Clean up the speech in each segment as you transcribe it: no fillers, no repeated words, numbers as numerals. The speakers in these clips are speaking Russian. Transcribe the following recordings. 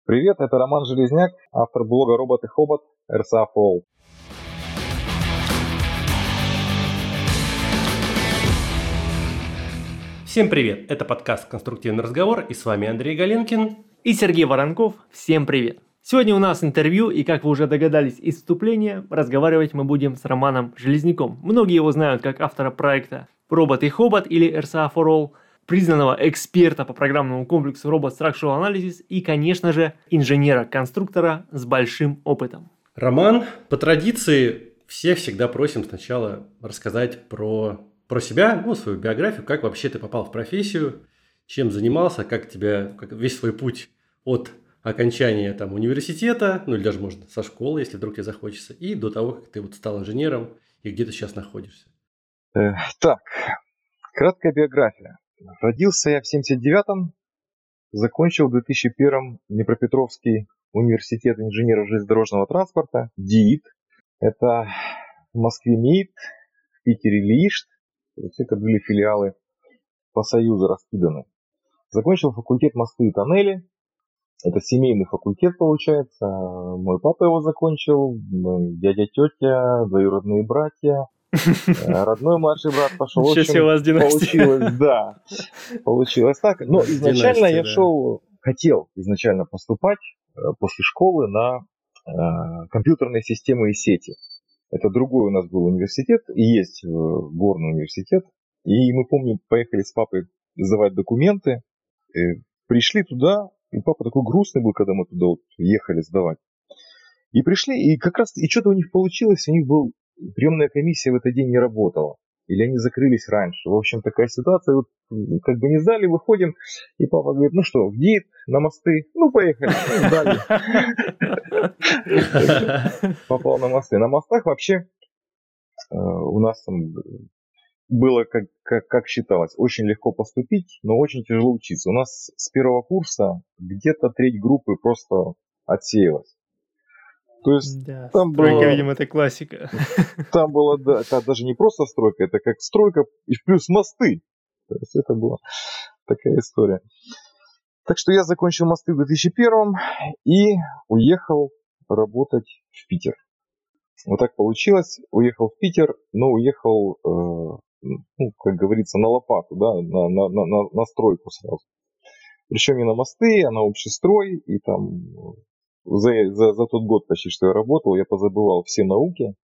Привет, это Роман Железняк, автор блога «Робот и Хобот» RSA for All. Всем привет! Это подкаст «Конструктивный разговор» и с вами Андрей Галенкин и Сергей Воронков. Всем привет! Сегодня у нас интервью, и как вы уже догадались из вступления, разговаривать мы будем с Романом Железняком. Многие его знают как автора проекта «Робот и Хобот» или RSA for All, признанного эксперта по программному комплексу Robot Structural Analysis и, конечно же, инженера-конструктора с большим опытом. Роман, по традиции, всех всегда просим сначала рассказать про себя, свою биографию, как вообще ты попал в профессию, чем занимался, как весь свой путь от окончания университета, или даже, можно, со школы, если вдруг тебе захочется, и до того, как ты стал инженером и где ты сейчас находишься. Так, краткая биография. Родился я в 79-м, закончил в 2001-м Днепропетровский университет инженеров железнодорожного транспорта, ДИИТ. Это в Москве МИИТ, в Питере ЛИИШТ. Это были филиалы по Союзу раскиданы. Закончил факультет мосты и тоннели. Это семейный факультет, получается. Мой папа его закончил, дядя, тетя, двоюродные братья. Родной младший брат пошел. В общем, у вас династия. Получилось так. Но изначально я хотел изначально поступать после школы на компьютерные системы и сети. Это другой у нас был университет, и есть горный университет. И мы, помню, поехали с папой сдавать документы, пришли туда, и папа такой грустный был, когда мы туда ехали сдавать. И пришли, и как раз, и что-то у них получилось, у них был приемная комиссия в этот день не работала. Или они закрылись раньше. В общем, такая ситуация. Вот, как бы не сдали, выходим. И папа говорит, ну что, в ДИИТ, на мосты? Ну, поехали. Ну, сдали. Попал на мосты. На мостах вообще у нас там было, как считалось, очень легко поступить, но очень тяжело учиться. У нас с первого курса где-то треть группы просто отсеялась. То есть да, там стройка, было, видимо, это классика. Там было, да, это даже не просто стройка, это как стройка и плюс мосты. То есть это была такая история. Так что я закончил мосты в 2001 и уехал работать в Питер. Вот так получилось. Уехал в Питер, но уехал, как говорится, на лопату, да, на стройку сразу. Причем не на мосты, а на общестрой. И там за тот год почти, что я работал, я позабывал все науки.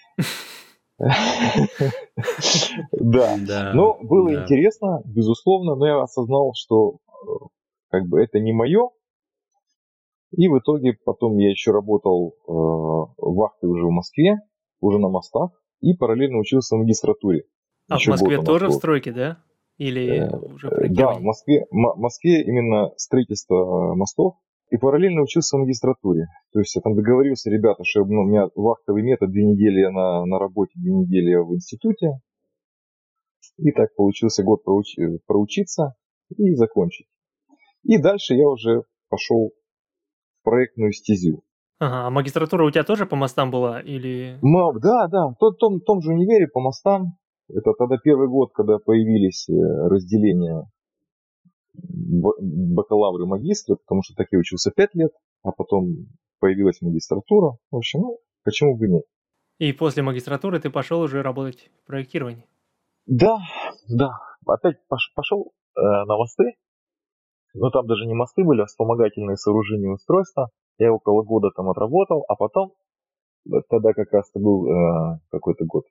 Да, но было интересно, безусловно, но я осознал, что это не мое. И в итоге потом я еще работал вахтой уже в Москве, уже на мостах, и параллельно учился в магистратуре. А в Москве тоже в стройке, да? Или уже проектирование? Да, в Москве именно строительство мостов. И параллельно учился в магистратуре. То есть я там договорился, ребята, что у меня вахтовый метод, 2 недели я на работе, 2 недели я в институте. И так получился год проучиться и закончить. И дальше я уже пошел в проектную стезю. Ага, а магистратура у тебя тоже по мостам была? Или... Да, в том же универе по мостам. Это тогда первый год, когда появились разделения бакалавры, магистры, потому что так я учился 5 лет, а потом появилась магистратура. В общем, почему бы нет. И после магистратуры ты пошел уже работать в проектировании? Да. Опять пошел на мосты. Но там даже не мосты были, а вспомогательные сооружения и устройства. Я около года там отработал, а потом, тогда как раз это был какой-то год,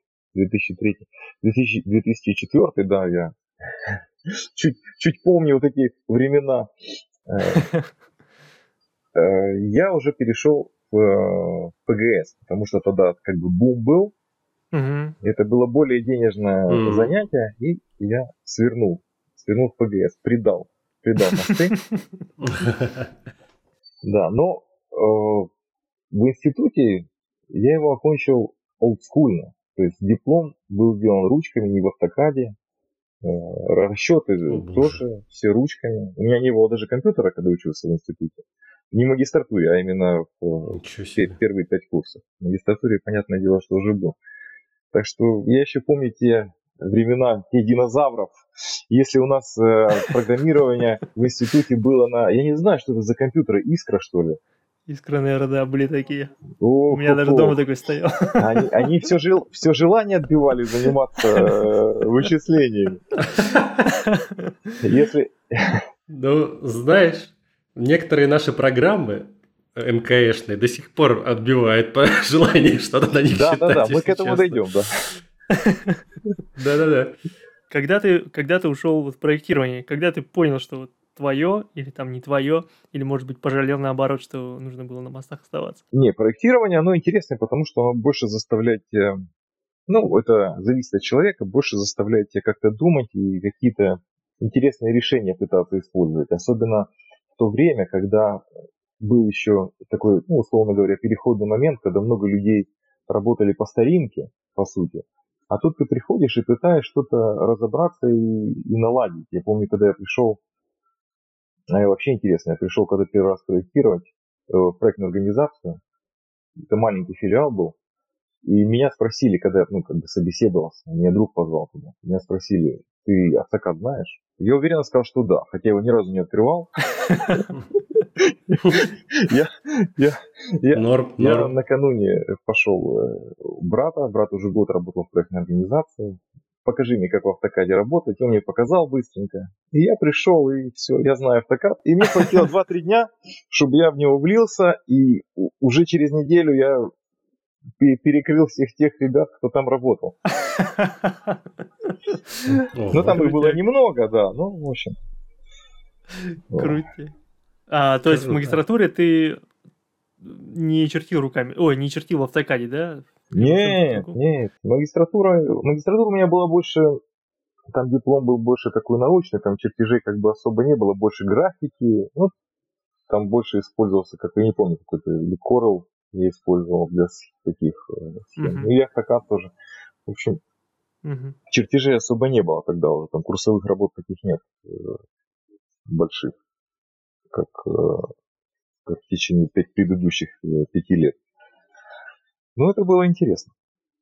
2004, да, я чуть помню вот эти времена. Я уже перешел в ПГС, потому что тогда как бы бум был. Это было более денежное занятие, и я свернул в ПГС, придал мосты. Да, но в институте я его окончил олдскульно. То есть диплом был сделан ручками, не в автокаде. Расчеты тоже все ручками. У меня не было даже компьютера, когда учился в институте. Не в магистратуре, а именно в первые 5 курсов. В магистратуре, понятное дело, что уже был. Так что я еще помню те времена тех динозавров. Если у нас программирование в институте было на... Я не знаю, что это за компьютеры, Искра, что ли? Искры, наверное, да, были такие. У меня даже дома такой стоял. Они все желание отбивали заниматься вычислениями. Если... Ну, знаешь, некоторые наши программы МКшные до сих пор отбивают по желанию что-то на них считать. Да, мы к этому дойдем, да. Да. Когда ты ушел в проектирование, когда ты понял, что вот твое или там не твое, или, может быть, пожалел наоборот, что нужно было на мостах оставаться? Не, проектирование, оно интересное, потому что оно больше заставляет тебя, это зависит от человека, больше заставляет тебя как-то думать и какие-то интересные решения пытаться использовать. Особенно в то время, когда был еще такой, условно говоря, переходный момент, когда много людей работали по старинке, по сути. А тут ты приходишь и пытаешь что-то разобраться и наладить. Я помню, когда я пришел, вообще интересно, я пришел, когда первый раз проектировать в проектную организацию, это маленький филиал был, и меня спросили, когда я собеседовался, меня друг позвал туда, меня спросили, ты AutoCAD знаешь? Я уверенно сказал, что да, хотя его ни разу не открывал. Я накануне пошел брат уже год работал в проектной организации. Покажи мне, как в AutoCAD работать. Он мне показал быстренько. И я пришел, и все, я знаю AutoCAD. И мне хватило 2-3 дня, чтобы я в него влился. И уже через неделю я перекрыл всех тех ребят, кто там работал. Ну, там их было немного, да. Ну, в общем. Круто. То есть в магистратуре ты не чертил руками, не чертил в AutoCAD, да? Нет. Магистратура у меня была больше, там диплом был больше такой научный, там чертежей как бы особо не было, больше графики, там больше использовался, как я не помню, какой-то или Corel я использовал для таких схем. И AutoCAD тоже. В общем, чертежей особо не было тогда уже, там курсовых работ таких нет больших, как в течение предыдущих 5 лет. Но это было интересно.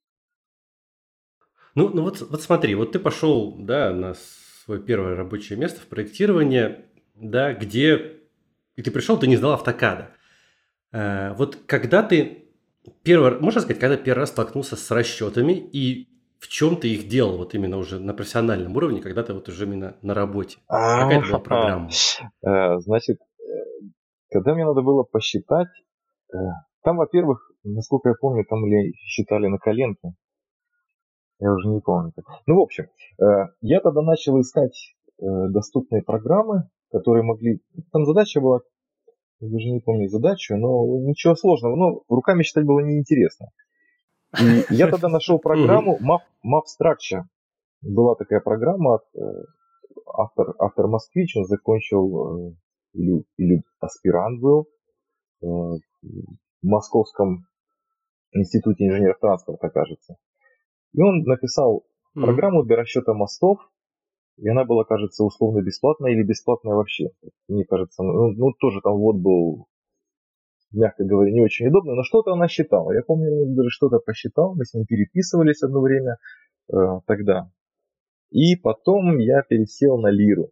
Ну вот смотри, вот ты пошел, да, на свое первое рабочее место в проектирование, да, где и ты пришел, ты не знал AutoCAD. Вот когда ты можно сказать, когда первый раз столкнулся с расчетами и в чем ты их делал, вот именно уже на профессиональном уровне, когда ты вот уже именно на работе? Какая это была программа? Значит, когда мне надо было посчитать, там, во-первых, насколько я помню, там считали на коленке. Я уже не помню. Ну, в общем, я тогда начал искать доступные программы, которые могли... Там задача была, я даже не помню задачу, но ничего сложного. Но руками считать было неинтересно. И я тогда нашел программу MapStructure. Была такая программа, автор москвич, он закончил, или аспирант был, в Московском институте инженеров транспорта, кажется. И он написал программу для расчета мостов, и она была, кажется, условно бесплатная или бесплатная вообще. Мне кажется, тоже там вот был, мягко говоря, не очень удобно, но что-то она считала. Я помню, он даже что-то посчитал, мы с ним переписывались одно время тогда. И потом я пересел на Лиру.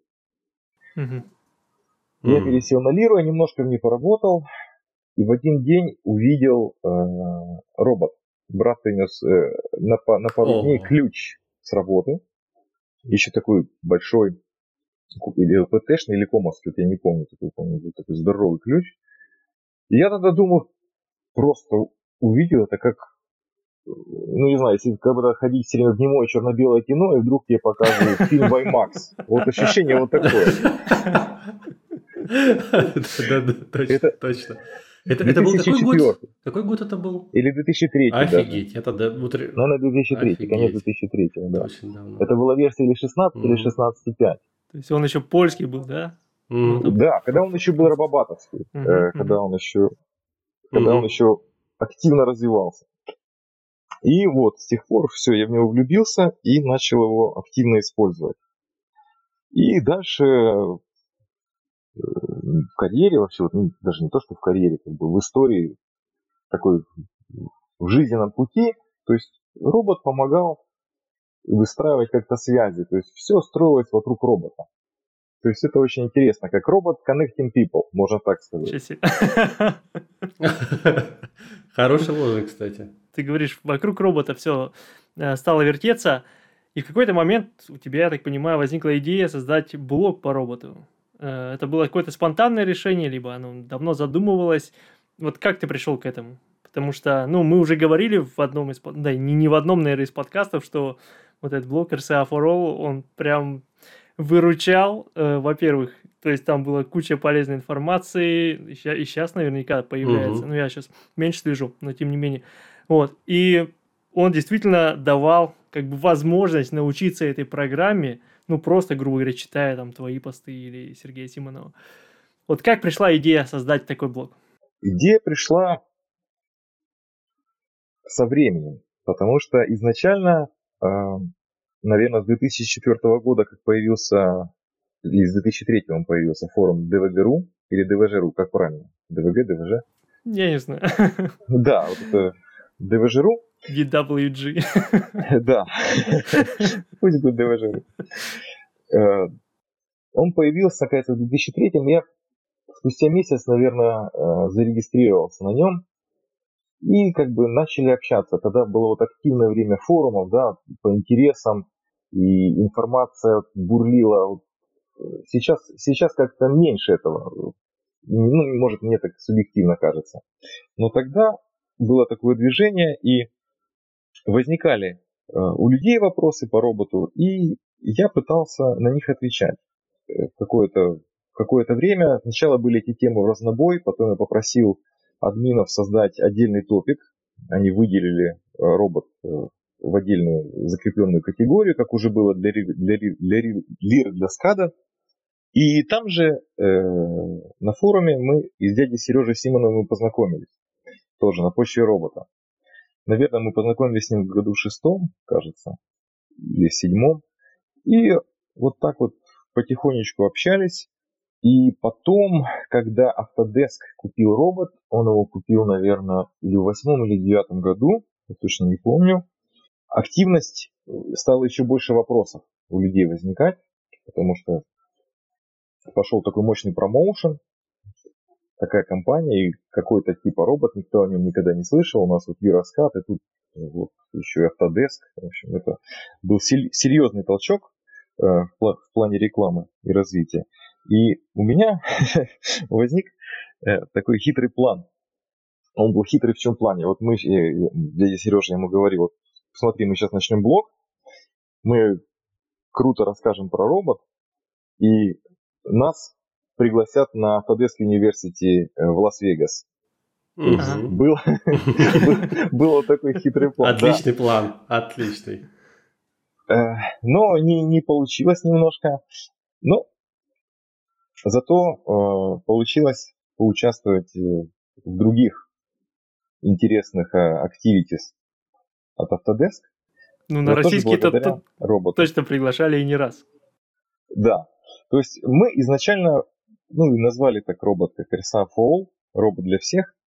Я пересел на Лиру, я немножко в ней поработал, и в один день увидел робот. Брат принес на пару дней ключ с работы. Еще такой большой, или ЛПТшный, или комовский, я не помню, такой здоровый ключ. И я тогда думал, просто увидел это как, не знаю, если когда ходить все время в немое черно-белое кино, и вдруг тебе показывают фильм в IMAX. Вот ощущение вот такое. Да, точно. Это был какой год? Какой год это был? Или 2003. Офигеть, даже. Это да. Наверное, 2003, офигеть. Конец 2003. Да. Очень давно. Это была версия или 16, или 16.5. То есть он еще польский был, да? Да, когда он еще был рабобатовский. Когда он еще активно развивался. И вот с тех пор все, я в него влюбился и начал его активно использовать. И дальше в карьере вообще, даже не то, что в карьере, как бы в истории, такой в жизненном пути, то есть робот помогал выстраивать как-то связи. То есть все строилось вокруг робота. То есть это очень интересно, как робот connecting people, можно так сказать. Хороший лозунг, кстати. Ты говоришь, вокруг робота все стало вертеться, и в какой-то момент у тебя, я так понимаю, возникла идея создать блог по роботу. Это было какое-то спонтанное решение, либо оно давно задумывалось. Вот как ты пришел к этому? Потому что, мы уже говорили в одном из, не в одном, наверное, из подкастов, что вот этот блог RCA for All, он прям выручал, во-первых, то есть там была куча полезной информации, и сейчас наверняка появляется, я сейчас меньше слежу, но тем не менее, вот, и он действительно давал как бы возможность научиться этой программе, просто, грубо говоря, читая там твои посты или Сергея Симонова. Вот как пришла идея создать такой блог? Идея пришла со временем, потому что изначально, наверное, с 2004 года, как появился, или с 2003 он появился форум DVG.ru или DVG.ru, как правильно? DVG, DVG? Я не знаю. Да, вот это DVG.ru. DWG. Да, пусть будет DVG.ru. Он появился, кажется, в 2003, я спустя месяц, наверное, зарегистрировался на нем. И как бы начали общаться. Тогда было вот активное время форумов, да, по интересам, и информация бурлила. Сейчас как-то меньше этого. Может, мне так субъективно кажется. Но тогда было такое движение, и возникали у людей вопросы по роботу, и я пытался на них отвечать. Какое-то время сначала были эти темы в разнобой, потом я попросил админов создать отдельный топик. Они выделили робот в отдельную закрепленную категорию, как уже было для лир для скада. И там же на форуме мы с дядей Сережей Симоновым познакомились. Тоже на почве робота. Наверное, мы познакомились с ним в году 6-м, кажется, или 7-м. И вот так вот потихонечку общались. И потом, когда Autodesk купил робот, он его купил, наверное, или в 8-м, или 9-м году, я точно не помню, активность стало еще больше вопросов у людей возникать, потому что пошел такой мощный промоушен, такая компания, и какой-то типа робот, никто о нем никогда не слышал, у нас вот Вироскат, и тут вот еще и Autodesk, в общем, это был серьезный толчок в плане рекламы и развития. И у меня возник такой хитрый план. Он был хитрый в чем плане? Вот дядя Сережа ему говорил, вот посмотри, мы сейчас начнем блог, мы круто расскажем про робот, и нас пригласят на Autodesk University в Лас-Вегас. Был вот такой хитрый план. Отличный план, отличный. Но не получилось немножко. Но зато получилось поучаствовать в других интересных activities от Autodesk. На российские-то точно приглашали и не раз. Да. То есть мы изначально назвали так робот как RSA for All, робот для всех.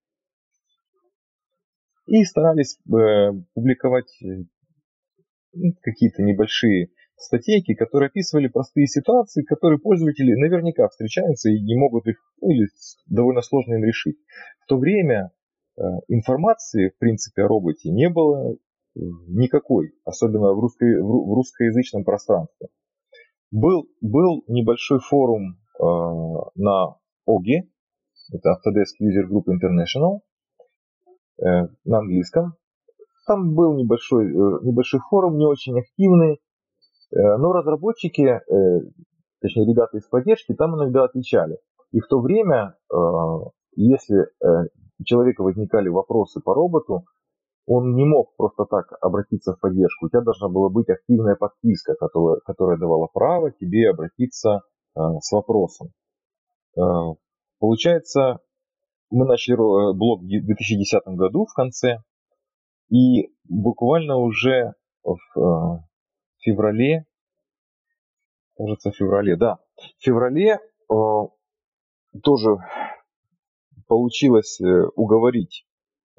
И старались публиковать какие-то небольшие статейки, которые описывали простые ситуации, которые пользователи наверняка встречаются и не могут их, или довольно сложно им решить. В то время информации, в принципе, о роботе не было никакой, особенно в русскоязычном пространстве. Был небольшой форум на OGI, это Autodesk User Group International, на английском. Там был небольшой форум, не очень активный, но разработчики, точнее ребята из поддержки, там иногда отвечали. И в то время, если у человека возникали вопросы по роботу, он не мог просто так обратиться в поддержку. У тебя должна была быть активная подписка, которая давала право тебе обратиться с вопросом. Получается, мы начали блог в 2010 году в конце, и буквально уже в феврале, кажется, в феврале тоже получилось уговорить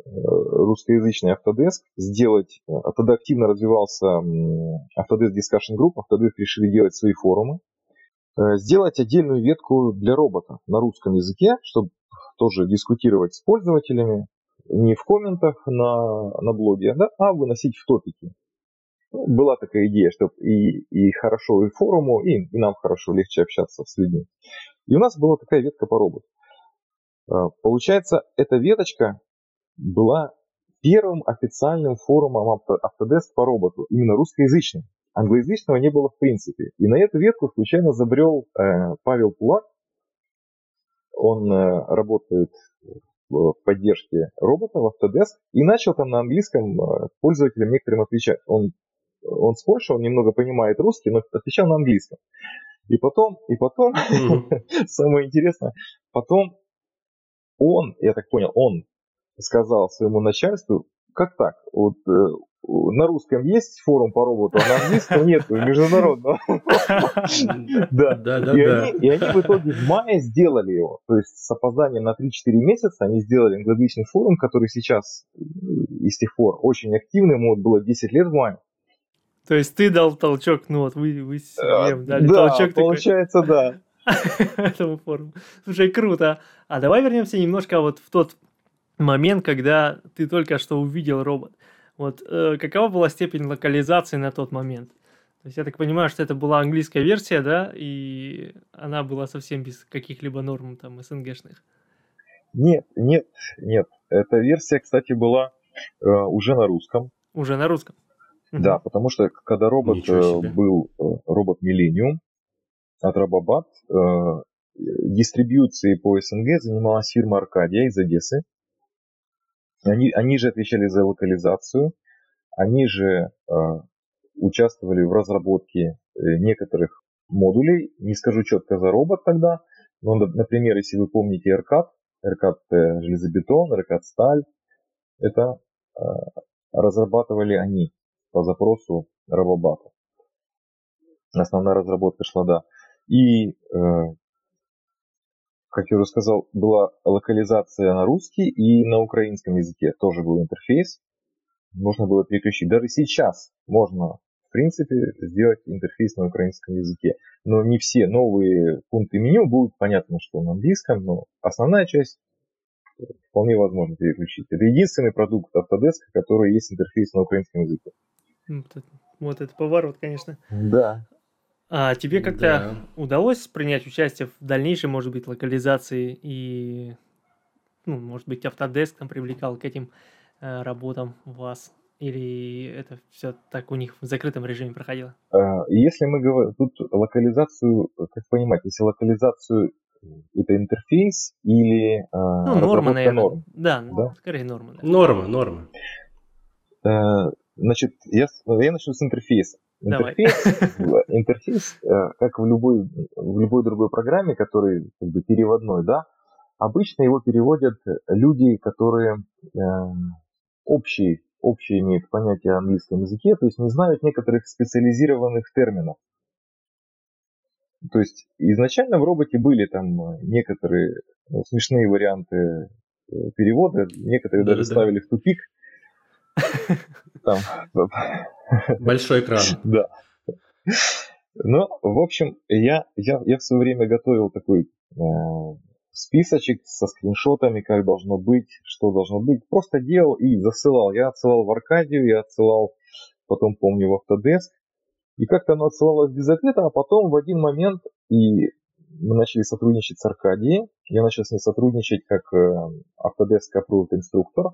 русскоязычный Autodesk, сделать, тогда активно развивался Autodesk Discussion Group, Autodesk решили делать свои форумы, сделать отдельную ветку для робота на русском языке, чтобы тоже дискутировать с пользователями, не в комментах на блоге, да, а выносить в топики. Была такая идея, чтобы и хорошо и форуму, и нам хорошо, легче общаться с людьми. И у нас была такая ветка по роботу. Получается, эта веточка была первым официальным форумом Autodesk по роботу, именно русскоязычным. Англоязычного не было в принципе. И на эту ветку случайно забрел Павел Пулак. Он работает в поддержке робота в Autodesk и начал там на английском пользователям некоторым отвечать. Он с Польши, он немного понимает русский, но отвечал на английском. И потом, самое интересное, потом я так понял, он сказал своему начальству, как так, вот на русском есть форум по роботу, а на английском нет, международного. Да. И они в итоге в мае сделали его. То есть с опозданием на 3-4 месяца они сделали англоязычный форум, который сейчас и с тех пор очень активный, ему было 10 лет в мае. То есть ты дал толчок, ну вот вы с Сергеем дали толчок такой. Получается, да. Этому форуму. Слушай, круто. А давай вернемся немножко вот в тот момент, когда ты только что увидел робот. Вот какова была степень локализации на тот момент? То есть я так понимаю, что это была английская версия, да, и она была совсем без каких-либо норм там СНГшных. Нет. Эта версия, кстати, была уже на русском. Уже на русском? Да, потому что когда робот был робот Millennium от Robobat, дистрибьюцией по СНГ занималась фирма Аркадия из Одессы. Они же отвечали за локализацию, они же участвовали в разработке некоторых модулей. Не скажу четко за робот тогда, но, например, если вы помните РКАД железобетон, РКАД сталь, это разрабатывали они по запросу Robobat. Основная разработка шла, да. И, как я уже сказал, была локализация на русский и на украинском языке. Тоже был интерфейс. Можно было переключить. Даже сейчас можно, в принципе, сделать интерфейс на украинском языке. Но не все новые пункты меню будут понятно, что на английском, но основная часть вполне возможно переключить. Это единственный продукт Autodesk, который есть интерфейс на украинском языке. Вот это поворот, конечно. Да. А тебе как-то удалось принять участие в дальнейшей, может быть, локализации и, может быть, Autodesk там привлекал к этим работам вас? Или это все так у них в закрытом режиме проходило? Если мы говорим, тут локализацию, как понимать, если локализацию это интерфейс или нормы, наверное. Норм? Да, скорее нормы. Наверное. Нормы. Значит, я начну с интерфейса. Интерфейс, как в любой другой программе, который как бы переводной, да, обычно его переводят люди, которые общие имеют понятие о английском языке, то есть не знают некоторых специализированных терминов. То есть изначально в роботе были там некоторые смешные варианты перевода, некоторые даже ставили в тупик. Большой экран. Да. Ну, в общем, я в свое время готовил такой списочек со скриншотами, как должно быть, что должно быть. Просто делал и засылал. Я отсылал в Аркадию, я отсылал, потом, помню, в Autodesk. И как-то оно отсылалось без ответа, а потом в один момент и мы начали сотрудничать с Аркадией. Я начал с ней сотрудничать как Autodesk Approved инструктор.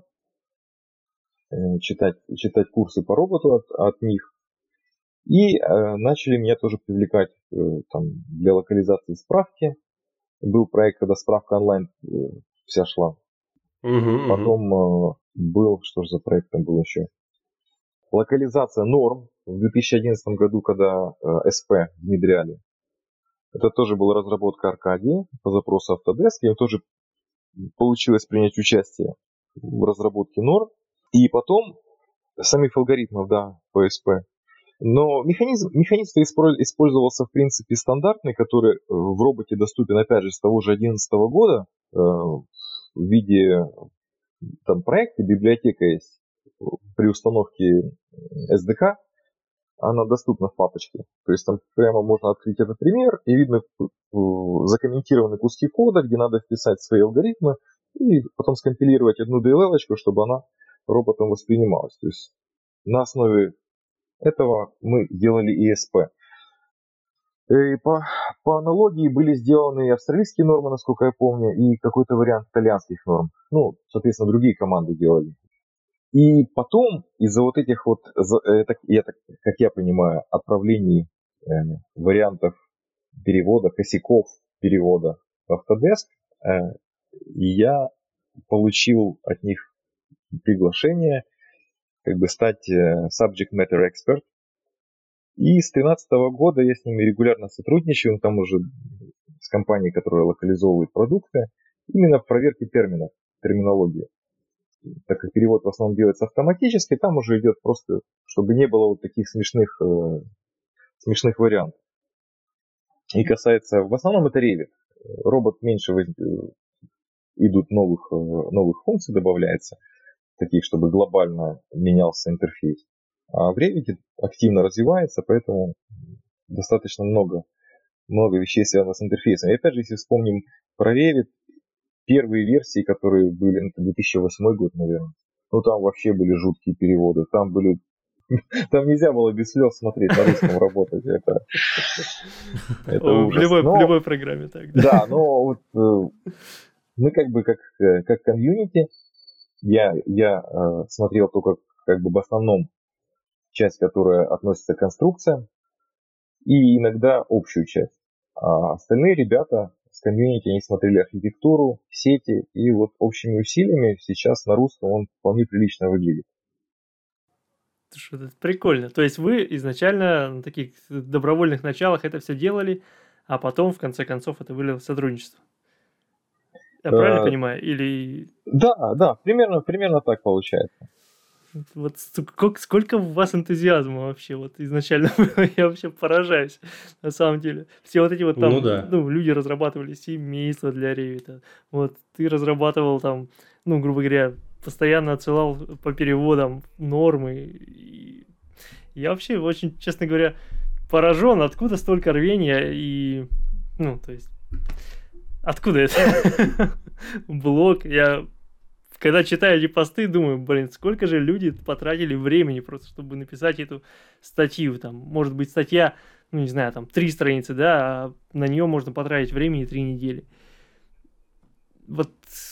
Читать курсы по роботу от них. И начали меня тоже привлекать там, для локализации справки. Был проект, когда справка онлайн вся шла. Потом был, что же за проект там был еще? Локализация норм в 2011 году, когда СП внедряли. Это тоже была разработка Аркадии по запросу Autodesk. Им тоже получилось принять участие в разработке норм. И потом самих алгоритмов, да, по СП. Но механизм использовался, в принципе, стандартный, который в роботе доступен, опять же, с того же 2011 года в виде там проект и библиотека есть при установке SDK, она доступна в папочке. То есть там прямо можно открыть этот пример, и видно закомментированы куски кода, где надо вписать свои алгоритмы, и потом скомпилировать одну DLL-очку, чтобы она роботом воспринималась. То есть на основе этого мы делали ESP. И по аналогии были сделаны австралийские нормы, насколько я помню, и какой-то вариант итальянских норм. Ну, соответственно, другие команды делали. И потом из-за вот этих вот, как я понимаю, отправлений вариантов перевода, косяков перевода в Autodesk, я получил от них приглашение как бы стать subject matter expert. И с 2013 года я с ними регулярно сотрудничаю, там уже с компанией, которая локализовывает продукты, именно в проверке терминов, терминологии. Так как перевод в основном делается автоматически, там уже идет просто, чтобы не было вот таких смешных вариантов. И касается, в основном это Revit. Робот меньше идут новых функций, добавляется, таких, чтобы глобально менялся интерфейс. А в Revit активно развивается, поэтому достаточно много вещей связано с интерфейсом. И опять же, если вспомним про Revit, первые версии, которые были, это 2008 год, наверное, ну там вообще были жуткие переводы, там нельзя было без слез смотреть на русском работать. Это ужас. В любой программе так. Да, но вот мы как бы как комьюнити, я смотрел только как бы в основном часть, которая относится к конструкциям, и иногда общую часть. А остальные ребята с комьюнити, они смотрели архитектуру, сети, и вот общими усилиями сейчас на русском он вполне прилично выглядит. Это прикольно. То есть вы изначально на таких добровольных началах это все делали, а потом, в конце концов, это вылилось в сотрудничество. Я правильно понимаю? Или... Да, примерно так получается. Вот сколько у вас энтузиазма вообще вот изначально было, я вообще поражаюсь, на самом деле. Все вот эти вот там, люди разрабатывали семейства для Revit, вот ты разрабатывал там, грубо говоря, постоянно отсылал по переводам нормы. И я вообще очень, честно говоря, поражен, откуда столько рвения и, то есть, откуда это? Блог, я... Когда читаю эти посты, думаю, сколько же люди потратили времени просто, чтобы написать эту статью. Там, может быть, статья, 3 страницы, да, а на нее можно потратить времени 3 недели. Вот.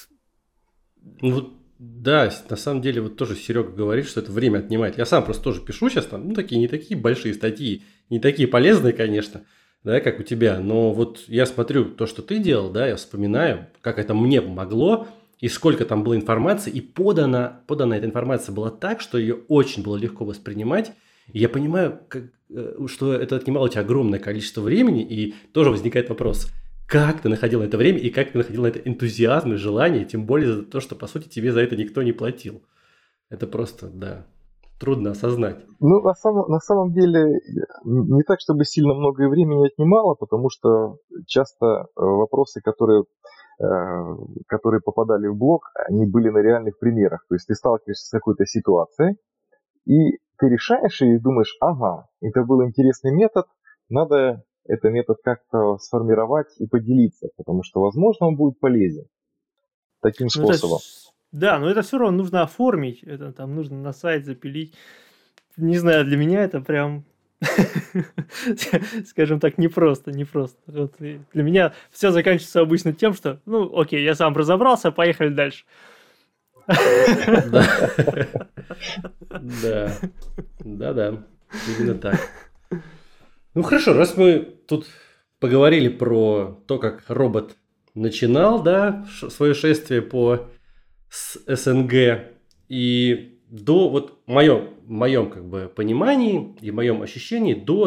Да, на самом деле, вот тоже Серега говорит, что это время отнимает. Я сам просто тоже пишу сейчас там, не такие большие статьи, не такие полезные, конечно, да, как у тебя. Но вот я смотрю то, что ты делал, да, я вспоминаю, как это мне помогло. И сколько там было информации, и подана эта информация была так, что ее очень было легко воспринимать. И я понимаю, что это отнимало у тебя огромное количество времени, и тоже возникает вопрос, как ты находил на это время, и как ты находил на это энтузиазм и желание, тем более за то, что, по сути, тебе за это никто не платил. Это просто, да, трудно осознать. На самом деле, не так, чтобы сильно много времени отнимало, потому что часто вопросы, которые попадали в блог, они были на реальных примерах. То есть ты сталкиваешься с какой-то ситуацией, и ты решаешь и думаешь, ага, это был интересный метод, надо этот метод как-то сформировать и поделиться, потому что, возможно, он будет полезен таким способом. Но это все равно нужно оформить, это там нужно на сайт запилить. Не знаю, для меня это прям... скажем так, непросто. Вот для меня все заканчивается обычно тем, что, окей, я сам разобрался, поехали дальше. Да, именно так. Хорошо, раз мы тут поговорили про то, как робот начинал, да, свое шествие по СНГ, и до вот в моем как бы понимании и в моем ощущении до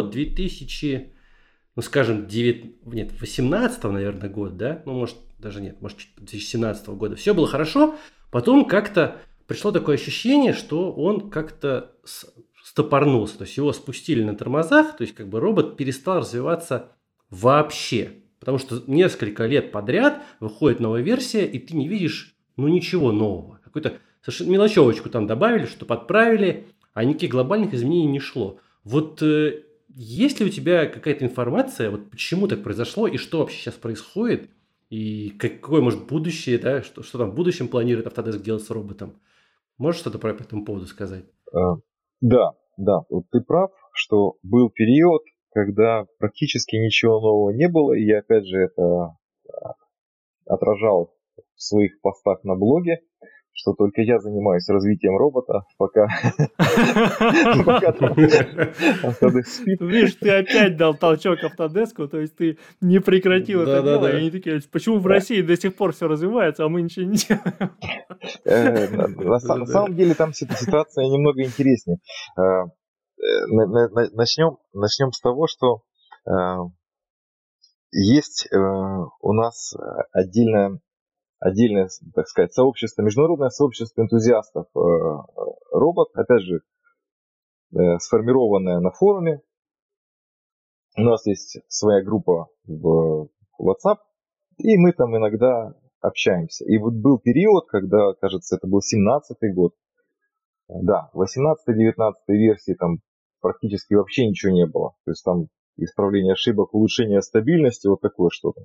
18, наверное, года, да, может даже нет, может 2017 года, все было хорошо, потом как-то пришло такое ощущение, что он как-то стопорнулся, то есть его спустили на тормозах, то есть как бы робот перестал развиваться вообще, потому что несколько лет подряд выходит новая версия, и ты не видишь, ничего нового. какую-то совершенно мелочевочку там добавили, что подправили, а никаких глобальных изменений не шло. Вот есть ли у тебя какая-то информация, вот почему так произошло и что вообще сейчас происходит, и какое может будущее, да, что там в будущем планирует Autodesk делать с роботом? Можешь что-то по этому поводу сказать? Да, вот ты прав, что был период, когда практически ничего нового не было, и я опять же это отражал в своих постах на блоге, что только я занимаюсь развитием робота, пока Autodesk спит. Видишь, ты опять дал толчок Autodesk, то есть ты не прекратил это дело, и они такие, почему в России до сих пор все развивается, а мы ничего не делаем? На самом деле там ситуация немного интереснее. Начнем с того, что есть у нас отдельное, так сказать, сообщество, международное сообщество энтузиастов робот, опять же, сформированное на форуме. У нас есть своя группа в WhatsApp, и мы там иногда общаемся. И вот был период, когда, кажется, это был 17-й год. Да, 18-19 версии там практически вообще ничего не было. То есть там исправление ошибок, улучшение стабильности, вот такое что-то.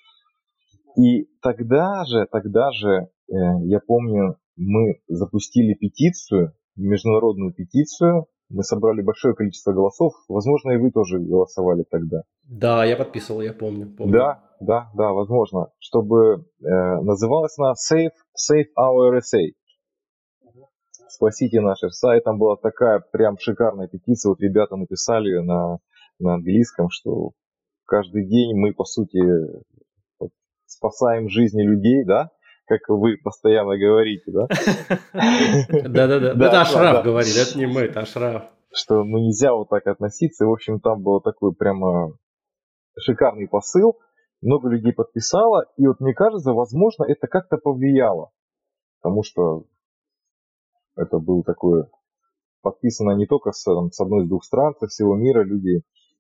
И тогда же, я помню, мы запустили петицию, международную петицию. Мы собрали большое количество голосов. Возможно, и вы тоже голосовали тогда. Да, я подписывал, я помню. Да, возможно. Чтобы называлась она Save Our RSA. Спасите наш RSA. Там была такая прям шикарная петиция. Вот ребята написали на английском, что каждый день мы, по сути, спасаем жизни людей, да? Как вы постоянно говорите, да? Да. Это Ашраф говорит, это не мы, это Ашраф. Что нельзя вот так относиться. И, в общем, там был такой прямо шикарный посыл. Много людей подписало. И вот мне кажется, возможно, это как-то повлияло. Потому что это было такое подписано не только с одной из двух стран, со всего мира. Люди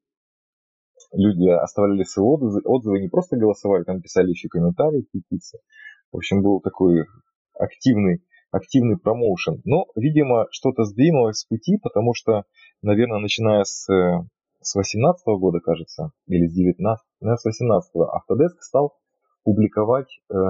оставляли свои отзывы, не просто голосовали, там писали еще комментарии, петиции. В общем, был такой активный промоушен. Но, видимо, что-то сдвинулось с пути, потому что, наверное, начиная с 18 года, кажется, или с 19, с 18-го, Autodesk стал публиковать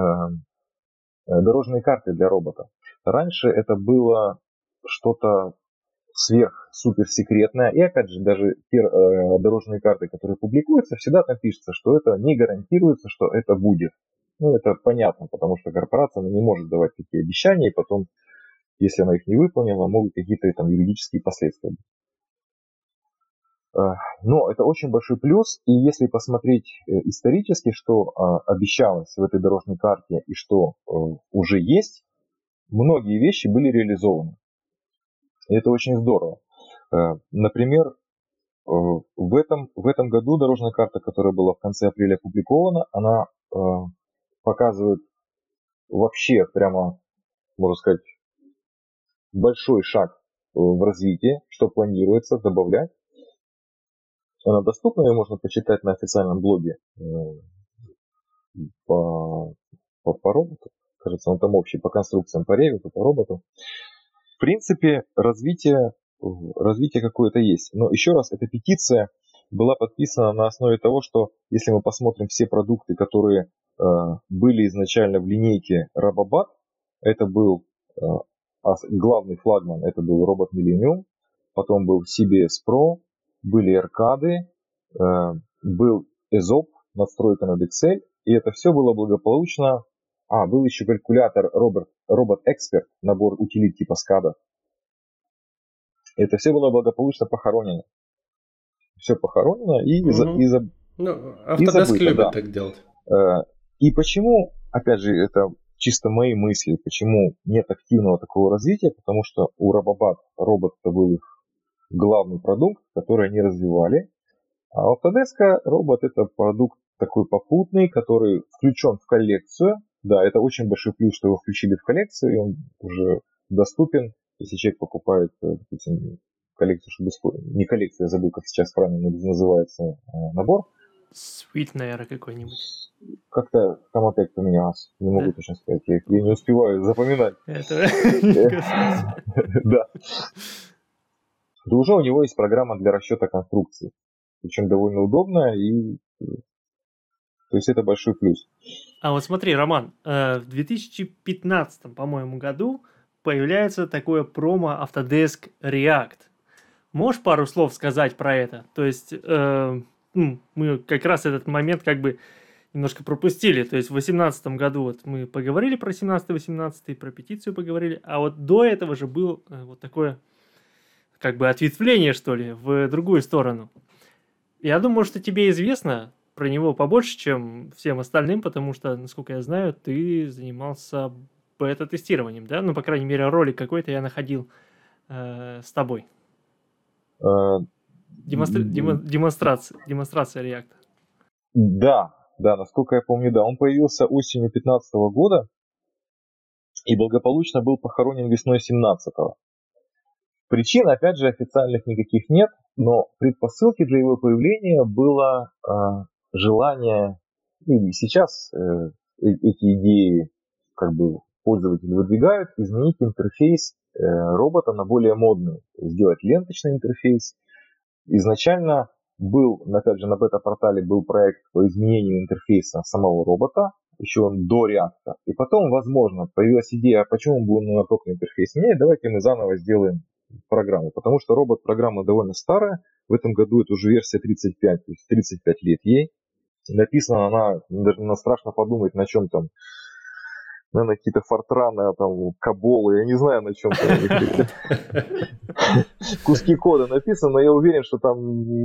дорожные карты для робота. Раньше это было что-то сверх-суперсекретное. И опять же, даже те дорожные карты, которые публикуются, всегда там пишется, что это не гарантируется, что это будет. Ну, это понятно, потому что корпорация не может давать такие обещания, и потом, если она их не выполнила, могут какие-то там юридические последствия быть. Но это очень большой плюс, и если посмотреть исторически, что обещалось в этой дорожной карте и что уже есть, многие вещи были реализованы. И это очень здорово. Например, в этом году дорожная карта, которая была в конце апреля опубликована, она показывает вообще прямо, можно сказать, большой шаг в развитии, что планируется добавлять. Она доступна, ее можно почитать на официальном блоге по роботу. Кажется, он там общий по конструкциям, по ревиту, по роботу. В принципе, развитие какое-то есть. Но еще раз, эта петиция была подписана на основе того, что если мы посмотрим все продукты, которые были изначально в линейке Robobat, это был главный флагман, это был робот Millennium, потом был CBS Pro, были аркады, был EZOP, надстройка над Excel, и это все было благополучно. Был еще калькулятор Robot Expert, набор утилит типа SCADA. Это все было благополучно похоронено. Все похоронено и Autodesk любит так делать. И почему, опять же, это чисто мои мысли, почему нет активного такого развития, потому что у Robobat робот это был их главный продукт, который они развивали, а у Autodesk робот это продукт такой попутный, который включен в коллекцию. Да, это очень большой плюс, что его включили в коллекцию, и он уже доступен, если человек покупает, допустим, коллекцию, не коллекцию, я забыл, как сейчас правильно называется набор, Suite, наверное, какой-нибудь. Как-то там опять поменялось. Не могу точно сказать. Я не успеваю запоминать. Это Да. Да уже у него есть программа для расчета конструкции. Причем довольно удобная, и то есть это большой плюс. А вот смотри, Роман, в 2015, по-моему, году появляется такое промо Autodesk React. Можешь пару слов сказать про это? То есть мы как раз этот момент как бы немножко пропустили. То есть в 2018 году вот мы поговорили про 17-18, про петицию поговорили, а вот до этого же было вот такое как бы ответвление, что ли, в другую сторону. Я думаю, что тебе известно про него побольше, чем всем остальным, потому что, насколько я знаю, ты занимался бета-тестированием, да? Ну, по крайней мере, ролик какой-то я находил с тобой. Демонстрация React. Да, насколько я помню, да. Он появился осенью 2015 года и благополучно был похоронен весной 2017. Причин, опять же, официальных никаких нет, но предпосылки для его появления было желание, и сейчас эти идеи как бы пользователи выдвигают, изменить интерфейс робота на более модный, сделать ленточный интерфейс. Изначально был, опять же, на бета-портале был проект по изменению интерфейса самого робота, еще он до React. И потом, возможно, появилась идея, почему мы будем только интерфейс менять, давайте мы заново сделаем программу, потому что робот-программа довольно старая, в этом году это уже версия 35, то есть 35 лет ей. Написана она, даже страшно подумать, на чем там, наверное, какие-то фортраны, там, каболы, я не знаю, на чем там куски кода написаны, но я уверен, что там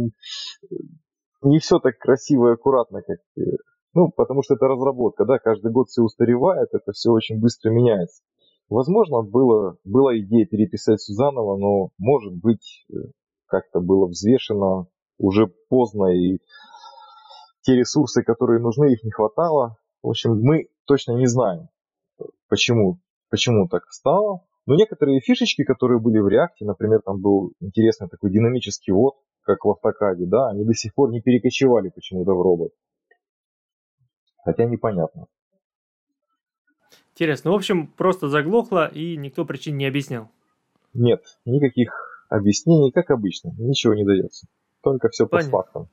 не все так красиво и аккуратно, как... Ну, потому что это разработка, да, каждый год все устаревает, это все очень быстро меняется. Возможно, была идея переписать все заново, но, может быть, как-то было взвешено уже поздно, и те ресурсы, которые нужны, их не хватало. В общем, мы точно не знаем, почему так стало. Но некоторые фишечки, которые были в React, например, там был интересный такой динамический ввод, как в AutoCAD, да, они до сих пор не перекочевали почему-то в робот. Хотя непонятно. Интересно. В общем, просто заглохло, и никто причин не объяснял. Нет, никаких объяснений, как обычно. Ничего не дается. Только все по фактам.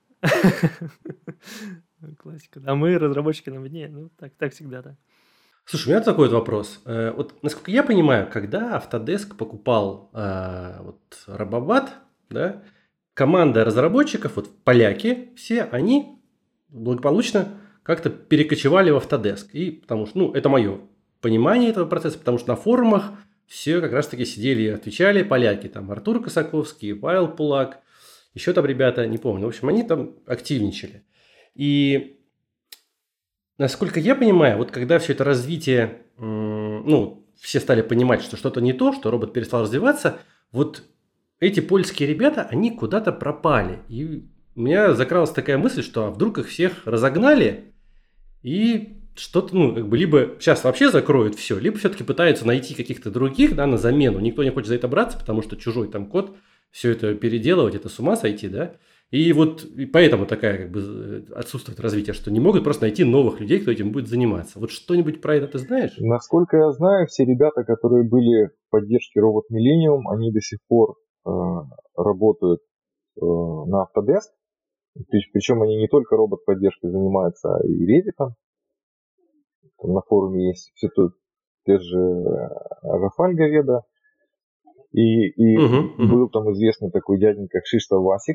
Классика. А мы, разработчики, нам виднее. Ну, так всегда, да. Слушай, у меня такой вопрос. Вот, насколько я понимаю, когда Autodesk покупал Robobat, да, команда разработчиков, вот поляки, все они благополучно как-то перекочевали в Autodesk. И потому что, ну, это мое понимание этого процесса, потому что на форумах все как раз-таки сидели и отвечали поляки. Там Артур Косаковский, Павел Пулак, еще там ребята, не помню. В общем, они там активничали. И насколько я понимаю, вот когда все это развитие, ну, все стали понимать, что что-то не то, что робот перестал развиваться, вот эти польские ребята, они куда-то пропали. И у меня закралась такая мысль, что вдруг их всех разогнали, и что-то, ну, как бы, либо сейчас вообще закроют все, либо все-таки пытаются найти каких-то других, да, на замену. Никто не хочет за это браться, потому что чужой там код, все это переделывать, это с ума сойти, да. И вот и поэтому такая, как бы, отсутствует развитие, что не могут просто найти новых людей, кто этим будет заниматься. Вот что-нибудь про это ты знаешь? Насколько я знаю, все ребята, которые были в поддержке Robot Millennium, они до сих пор работают на Autodesk. Причем они не только робот-поддержкой занимаются, а и Revit. Там на форуме есть все тут те же Рафаль Говеда. И был там известный такой дяденька Кшиштоф Васик.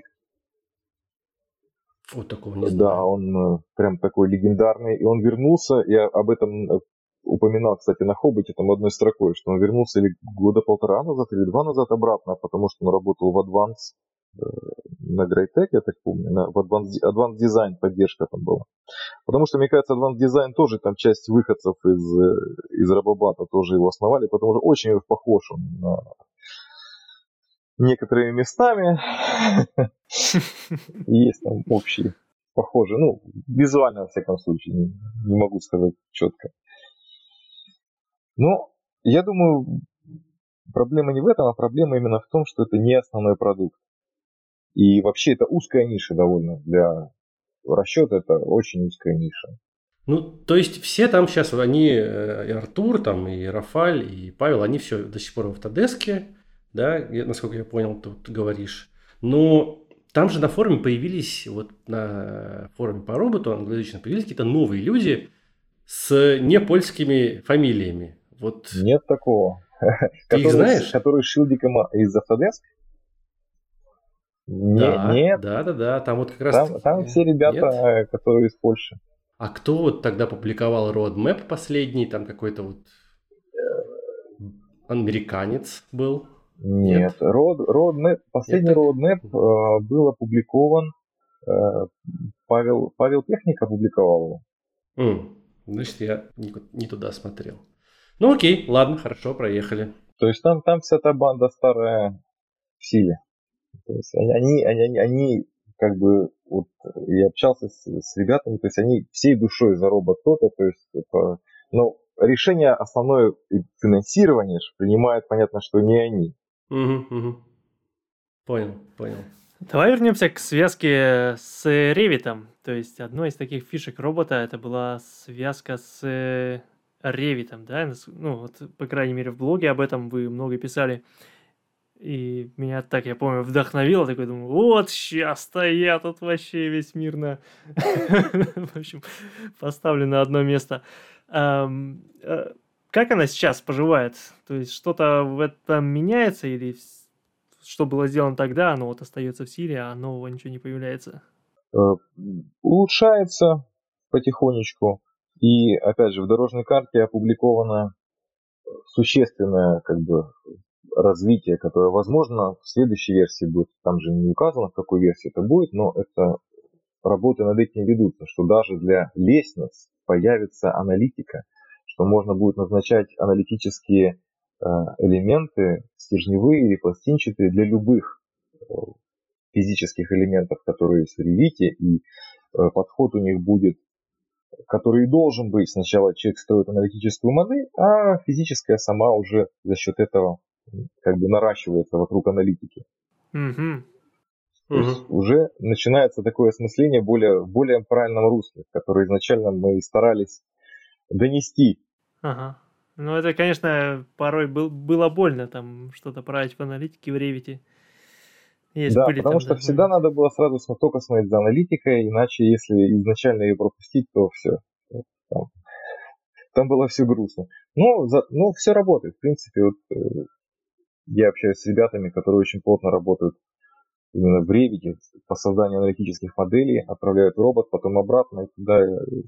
Вот такого не знаю. Да, он прям такой легендарный. И он вернулся, я об этом упоминал, кстати, на Хоббите, там одной строкой, что он вернулся или года 1,5 назад, или 2 назад обратно, потому что он работал в Advance на Greatech, я так помню, в Advanced Design поддержка там была. Потому что, мне кажется, Advanced Design тоже там часть выходцев из Robobat тоже его основали, потому что очень похож он на некоторыми местами. Есть там общие, похожие, ну, визуально, во всяком случае, не могу сказать четко. Но я думаю, проблема не в этом, а проблема именно в том, что это не основной продукт. И вообще это узкая ниша довольно для расчет это очень узкая ниша. Ну, то есть все там сейчас, они, и Артур, там, и Рафаль, и Павел, они все до сих пор в Autodesk, да, насколько я понял, ты говоришь. Но там же на форуме появились, вот на форуме по роботу англоязычном, появились какие-то новые люди с непольскими фамилиями. Вот. Нет такого. Ты их знаешь? Который Шилдиком из Autodesk? Нет. Да. Там вот как раз... Там все ребята, которые из Польши. А кто вот тогда публиковал roadmap последний? Там какой-то вот американец был? Нет. Roadmap, последний roadmap был опубликован. Павел Техник опубликовал его. Значит, я не туда смотрел. Ну окей, ладно, хорошо, проехали. То есть там вся та банда старая в силе. То есть они как бы, вот я общался с ребятами, то есть они всей душой за робот-тота, то есть это, ну, решение основное финансирование принимает, понятно, что не они. Понял. Давай вернемся к связке с Revit. То есть одной из таких фишек робота это была связка с Revit, да? Ну, вот, по крайней мере, в блоге об этом вы много писали. И меня так, я помню, вдохновило. Такой, думаю, вот сейчас-то я тут вообще весь мирно, в общем, поставлю на одно место. Как она сейчас поживает? То есть что-то в этом меняется или что было сделано тогда, оно вот остается в силе, а нового ничего не появляется? Улучшается потихонечку. И, опять же, в дорожной карте опубликовано существенное как бы развитие, которое, возможно, в следующей версии будет. Там же не указано, в какой версии это будет, но это работы над этим ведутся, что даже для лестниц появится аналитика, что можно будет назначать аналитические элементы, стержневые или пластинчатые, для любых физических элементов, которые есть в Revit, и подход у них будет, который должен быть. Сначала человек строит аналитическую модель, а физическая сама уже за счет этого как бы наращивается вокруг аналитики. То есть уже начинается такое осмысление в более правильном русле, которое изначально мы старались донести. Ну, это, конечно, порой было больно там что-то править в аналитике, в Revit. Да, потому что всегда надо было сразу только смотреть за аналитикой, иначе если изначально ее пропустить, то все. Там было все грустно. Но все работает. В принципе, вот я общаюсь с ребятами, которые очень плотно работают именно в Revit по созданию аналитических моделей, отправляют в робот, потом обратно, и туда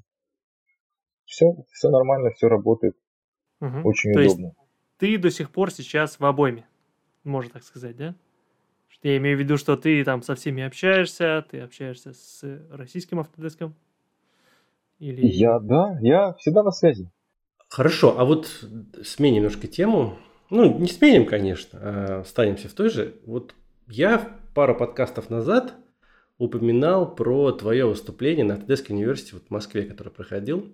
все нормально, все работает. Очень то удобно. Есть ты до сих пор сейчас в обойме, можно так сказать, да? Я имею в виду, что ты там со всеми общаешься, ты общаешься с российским Autodesk? Или... Я всегда на связи. Хорошо, а вот сменим немножко тему. Ну, не сменим, конечно, а останемся в той же. Вот я пару подкастов назад упоминал про твое выступление на Autodesk University в Москве, которое проходил.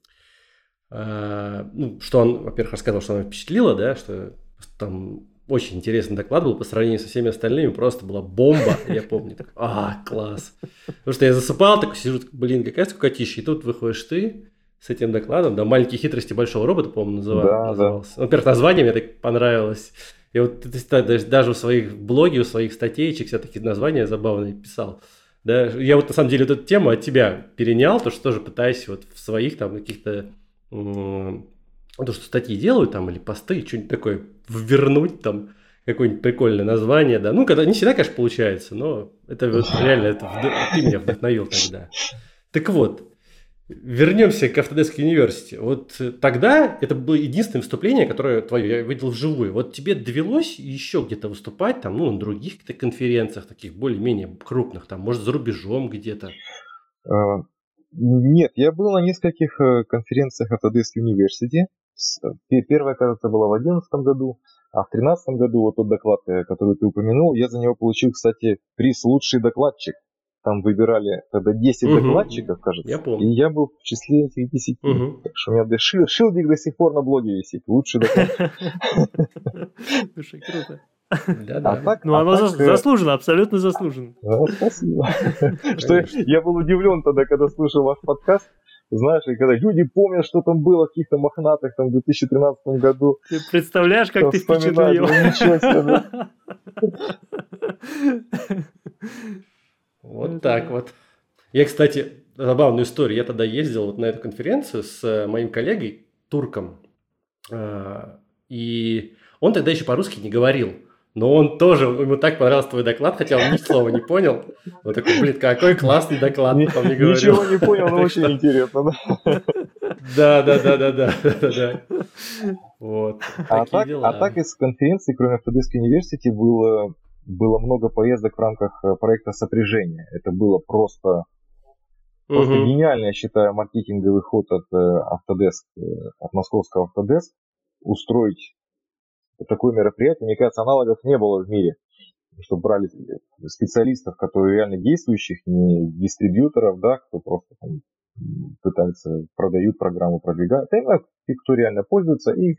Что он, во-первых, рассказал, что оно впечатлило, да, что там очень интересный доклад был по сравнению со всеми остальными, просто была бомба, я помню. Класс. Потому что я засыпал, такой сижу, блин, какая скукотища, и тут выходишь ты с этим докладом, да, «Маленькие хитрости большого робота», по-моему, назывался. Да. Во-первых, название мне так понравилось. И вот даже в своих блоге, у своих статейчек все-таки названия забавные писал. Да, я вот на самом деле вот эту тему от тебя перенял, то что тоже пытаюсь вот в своих там каких-то то, что статьи делают там или посты, что-нибудь такое ввернуть там, какое-нибудь прикольное название, да. Ну, когда не всегда, конечно, получается, но это вот реально ты меня вдохновил тогда. Так вот, вернемся к Autodesk University. Вот тогда это было единственное выступление, которое твое я видел вживую. Вот тебе довелось еще где-то выступать там, на других каких-то конференциях, таких более-менее крупных, там, может, за рубежом где-то? Нет, я был на нескольких конференциях Autodesk University. Первая, кажется, была в 2011 году, а в 2013 году вот тот доклад, который ты упомянул, я за него получил, кстати, приз «Лучший докладчик». Там выбирали тогда 10 докладчиков, кажется. Я помню. И я был в числе этих 10. Так что у меня шилдик до сих пор на блоге висит. Лучший докладчик. Слушай, круто. Да-да. Ну, оно заслужено, абсолютно заслужено. Спасибо. Что я был удивлен тогда, когда слушал ваш подкаст. Знаешь, и когда люди помнят, что там было в каких-то мохнатых там, в 2013 году. Ты представляешь, как ты впечатлил? Ничего себе. Вот так вот. Я, кстати, забавную историю. Я тогда ездил вот на эту конференцию с моим коллегой, турком. И он тогда еще по-русски не говорил. Но он тоже, ему так понравился твой доклад, хотя он ни слова не понял. Он такой, блин, какой классный доклад, потом не говорил. Ничего не понял, но очень интересно, да? Да. Вот. А так из конференции, кроме Autodesk University, было много поездок в рамках проекта сопряжения. Это было просто гениальный, я считаю, маркетинговый ход от Autodesk, от московского Autodesk, устроить такое мероприятие. Мне кажется, аналогов не было в мире, что брали специалистов, которые реально действующих, не дистрибьюторов, да, кто просто там пытается, продают программу, продвигают, а именно те, кто реально пользуется, и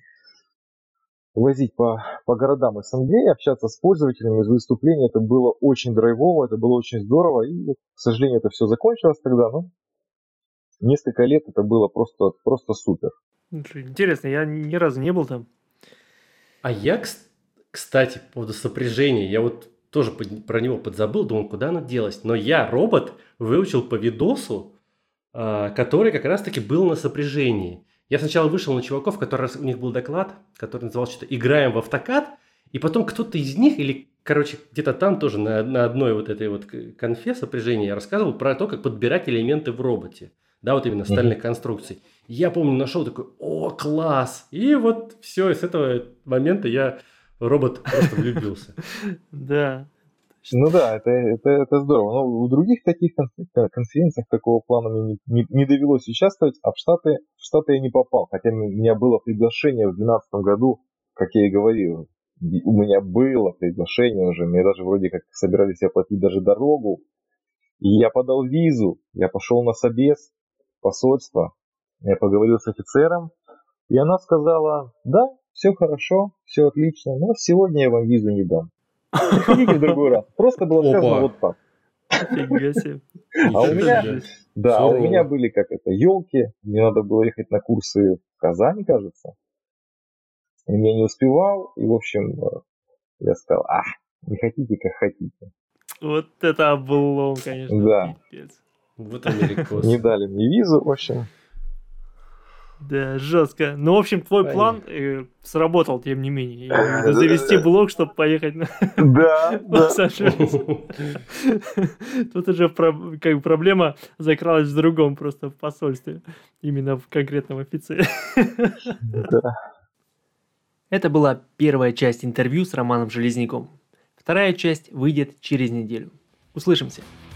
возить по городам СНГ, общаться с пользователями, из выступлений. Это было очень драйвово, это было очень здорово, и, к сожалению, это все закончилось тогда, но несколько лет это было просто супер. Интересно, я ни разу не был там. А я, кстати, по поводу сопряжения, я вот тоже про него подзабыл, думал, куда оно делось. Но я робот выучил по видосу, который как раз-таки был на сопряжении. Я сначала вышел на чуваков, у них был доклад, который назывался что-то «Играем в автокад», и потом кто-то из них, или, короче, где-то там тоже на одной вот этой вот конфе сопряжения рассказывал про то, как подбирать элементы в роботе. Да, вот именно стальных конструкций. Я помню, нашел такой, о, класс! И вот все, с этого момента я в робот просто влюбился. Да. Ну да, это здорово. Но в других таких конференциях такого плана мне не довелось участвовать, а в Штаты я не попал. Хотя у меня было приглашение в 2012 году, как я и говорил. У меня было приглашение уже, мне даже вроде как собирались оплатить даже дорогу. И я подал визу, я пошел на собес посольства, я поговорил с офицером, и она сказала, да, все хорошо, все отлично, но сегодня я вам визу не дам. Приходите в другой раз. Просто было сказано вот так. Фига себе. А у меня были елки, мне надо было ехать на курсы в Казань, кажется. И я не успевал, и в общем я сказал, не хотите, как хотите. Вот это облом, конечно. Да. Пипец. Вот америкос. Не дали мне визу, в общем. Да, жестко. Ну, в общем, твой план сработал, тем не менее. Завести блог, чтобы поехать на Лос-Анджелес. Тут уже проблема закралась в другом, просто в посольстве. Именно в конкретном офицере. Это была первая часть интервью с Романом Железняком. Вторая часть выйдет через неделю. Услышимся.